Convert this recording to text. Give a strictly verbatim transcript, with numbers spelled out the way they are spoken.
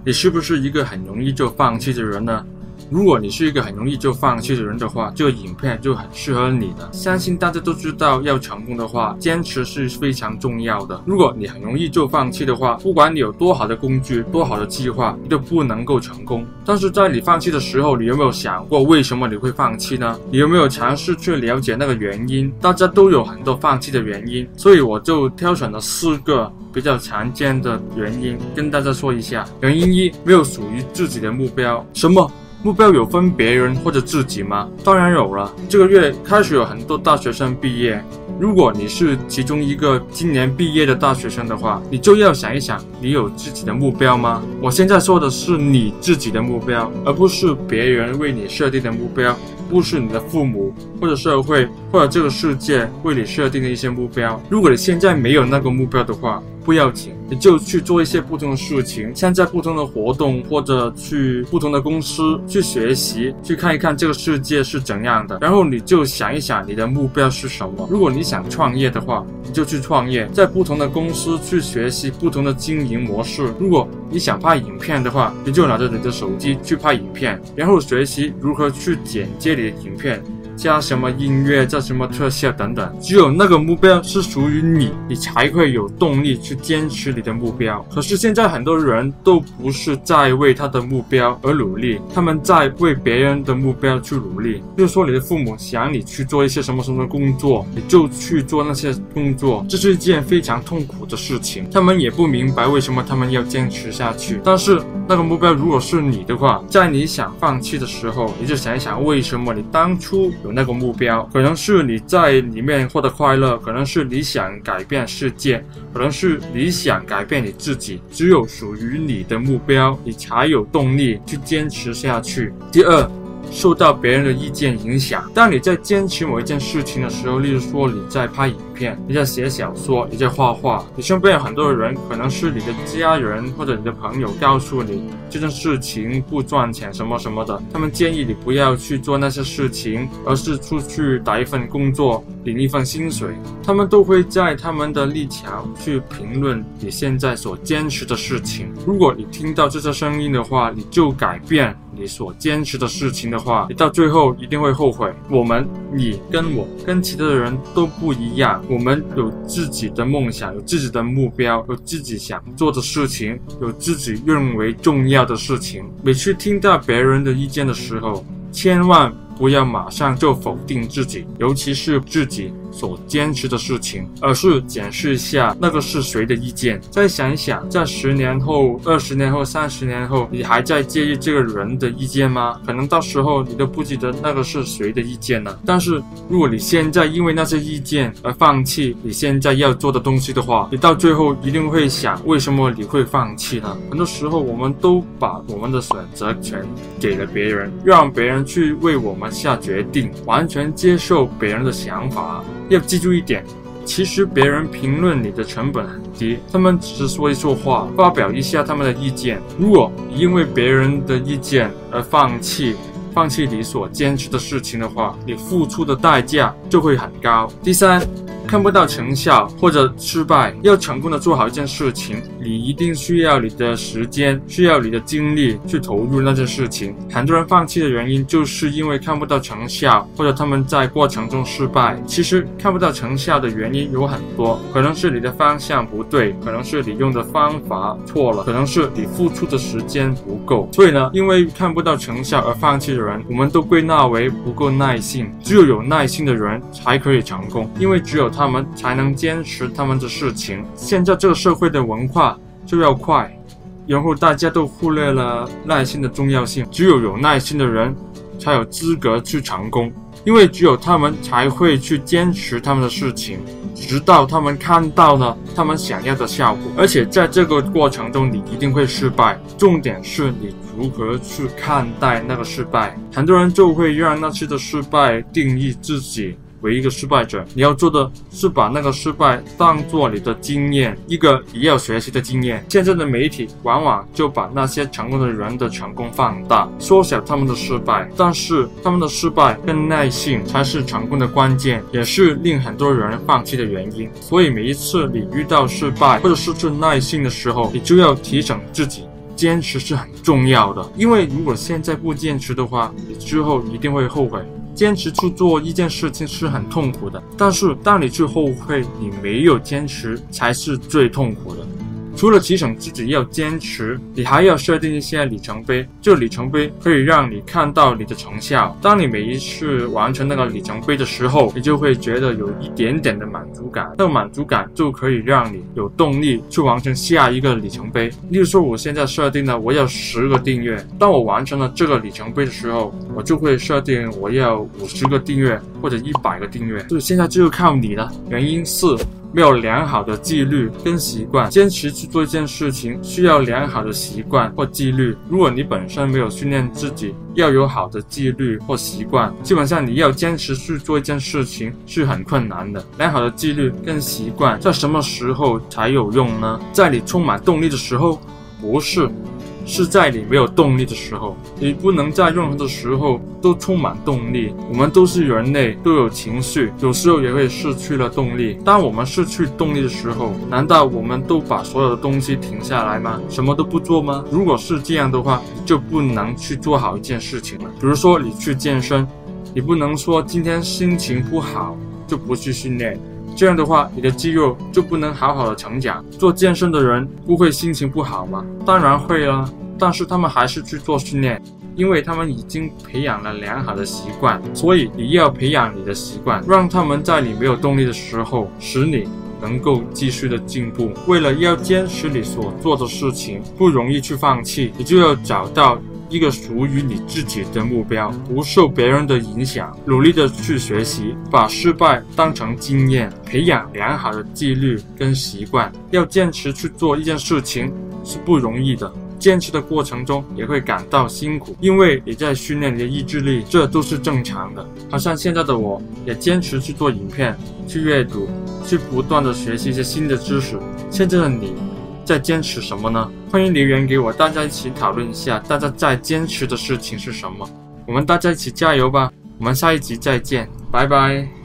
你是不是一个很容易就放弃的人呢？如果你是一个很容易就放弃的人的话，这个影片就很适合你的。相信大家都知道，要成功的话，坚持是非常重要的。如果你很容易就放弃的话，不管你有多好的工具、多好的计划，你都不能够成功。但是在你放弃的时候，你有没有想过为什么你会放弃呢？你有没有尝试去了解那个原因？大家都有很多放弃的原因，所以我就挑选了四个比较常见的原因跟大家说一下。原因一，没有属于自己的目标。什么？目标有分别人或者自己吗？当然有了。这个月开始有很多大学生毕业，如果你是其中一个今年毕业的大学生的话，你就要想一想，你有自己的目标吗？我现在说的是你自己的目标，而不是别人为你设定的目标，不是你的父母或者社会或者这个世界为你设定的一些目标。如果你现在没有那个目标的话，不要紧，你就去做一些不同的事情，参加不同的活动，或者去不同的公司去学习，去看一看这个世界是怎样的。然后你就想一想你的目标是什么。如果你想创业的话，你就去创业，在不同的公司去学习不同的经营模式。如果你想拍影片的话，你就拿着你的手机去拍影片，然后学习如何去剪接你的影片，加什么音乐，加什么特效等等。只有那个目标是属于你，你才会有动力去坚持你的目标。可是现在很多人都不是在为他的目标而努力，他们在为别人的目标去努力。比如说你的父母想你去做一些什么什么工作，你就去做那些工作，这是一件非常痛苦的事情。他们也不明白为什么他们要坚持下去。但是那个目标如果是你的话，在你想放弃的时候，你就想一想为什么你当初有那个目标。可能是你在里面获得快乐，可能是你想改变世界，可能是你想改变你自己。只有属于你的目标，你才有动力去坚持下去。第二，受到别人的意见影响。当你在坚持某一件事情的时候，例如说你在拍影片，你在写小说，你在画画，你身边有很多人，可能是你的家人或者你的朋友告诉你这件事情不赚钱什么什么的，他们建议你不要去做那些事情，而是出去打一份工作，领一份薪水。他们都会在他们的立场去评论你现在所坚持的事情。如果你听到这些声音的话，你就改变你所坚持的事情的话，你到最后一定会后悔。我们，你跟我跟其他的人都不一样，我们有自己的梦想，有自己的目标，有自己想做的事情，有自己认为重要的事情。每次听到别人的意见的时候，千万不要马上就否定自己，尤其是自己所坚持的事情，而是检视一下那个是谁的意见。再想一想，在十年后、二十年后、三十年后，你还在介意这个人的意见吗？可能到时候你都不记得那个是谁的意见了。但是如果你现在因为那些意见而放弃你现在要做的东西的话，你到最后一定会想，为什么你会放弃呢？很多时候我们都把我们的选择权给了别人，让别人去为我们下决定，完全接受别人的想法。要记住一点，其实别人评论你的成本很低，他们只是说一说话，发表一下他们的意见。如果你因为别人的意见而放弃放弃你所坚持的事情的话，你付出的代价就会很高。第三，看不到成效或者失败。要成功的做好一件事情，你一定需要你的时间，需要你的精力去投入那件事情。很多人放弃的原因就是因为看不到成效，或者他们在过程中失败。其实看不到成效的原因有很多，可能是你的方向不对，可能是你用的方法错了，可能是你付出的时间不够。所以呢，因为看不到成效而放弃的人，我们都归纳为不够耐性。只有有耐心的人才可以成功，因为只有他们才能坚持他们的事情。现在这个社会的文化就要快，然后大家都忽略了耐心的重要性。只有有耐心的人才有资格去成功，因为只有他们才会去坚持他们的事情，直到他们看到了他们想要的效果。而且在这个过程中你一定会失败，重点是你如何去看待那个失败。很多人就会让那次的失败定义自己为一个失败者。你要做的是把那个失败当作你的经验，一个你要学习的经验。现在的媒体往往就把那些成功的人的成功放大，缩小他们的失败，但是他们的失败跟耐性才是成功的关键，也是令很多人放弃的原因。所以每一次你遇到失败或者失去耐性的时候，你就要提醒自己， 坚持是很重要的，因为如果现在不坚持的话，你之后一定会后悔。坚持去做一件事情是很痛苦的，但是当你去后悔你没有坚持，才是最痛苦的。除了提醒自己要坚持，你还要设定一些里程碑，这里程碑可以让你看到你的成效。当你每一次完成那个里程碑的时候，你就会觉得有一点点的满足感，那个满足感就可以让你有动力去完成下一个里程碑。例如说我现在设定了我要十个订阅，当我完成了这个里程碑的时候，我就会设定我要五十个订阅或者一百个订阅，所以现在就靠你了。原因四，没有良好的纪律跟习惯。坚持去做一件事情需要良好的习惯或纪律，如果你本身没有训练自己要有好的纪律或习惯，基本上你要坚持去做一件事情是很困难的。良好的纪律跟习惯在什么时候才有用呢？在你充满动力的时候？不是，是在你没有动力的时候。你不能在任何的时候都充满动力。我们都是人类，都有情绪，有时候也会失去了动力。当我们失去动力的时候，难道我们都把所有的东西停下来吗？什么都不做吗？如果是这样的话，你就不能去做好一件事情了。比如说你去健身，你不能说今天心情不好就不去训练，这样的话你的肌肉就不能好好的成长。做健身的人不会心情不好吗？当然会啊，但是他们还是去做训练，因为他们已经培养了良好的习惯。所以你要培养你的习惯，让他们在你没有动力的时候使你能够继续的进步。为了要坚持你所做的事情，不容易去放弃，你就要找到一个属于你自己的目标，不受别人的影响，努力的去学习，把失败当成经验，培养良好的纪律跟习惯。要坚持去做一件事情是不容易的，坚持的过程中也会感到辛苦，因为你在训练你的意志力，这都是正常的。好像现在的我也坚持去做影片，去阅读，去不断的学习一些新的知识。现在的你在坚持什么呢？欢迎留言给我，大家一起讨论一下大家在坚持的事情是什么。我们大家一起加油吧，我们下一集再见，拜拜。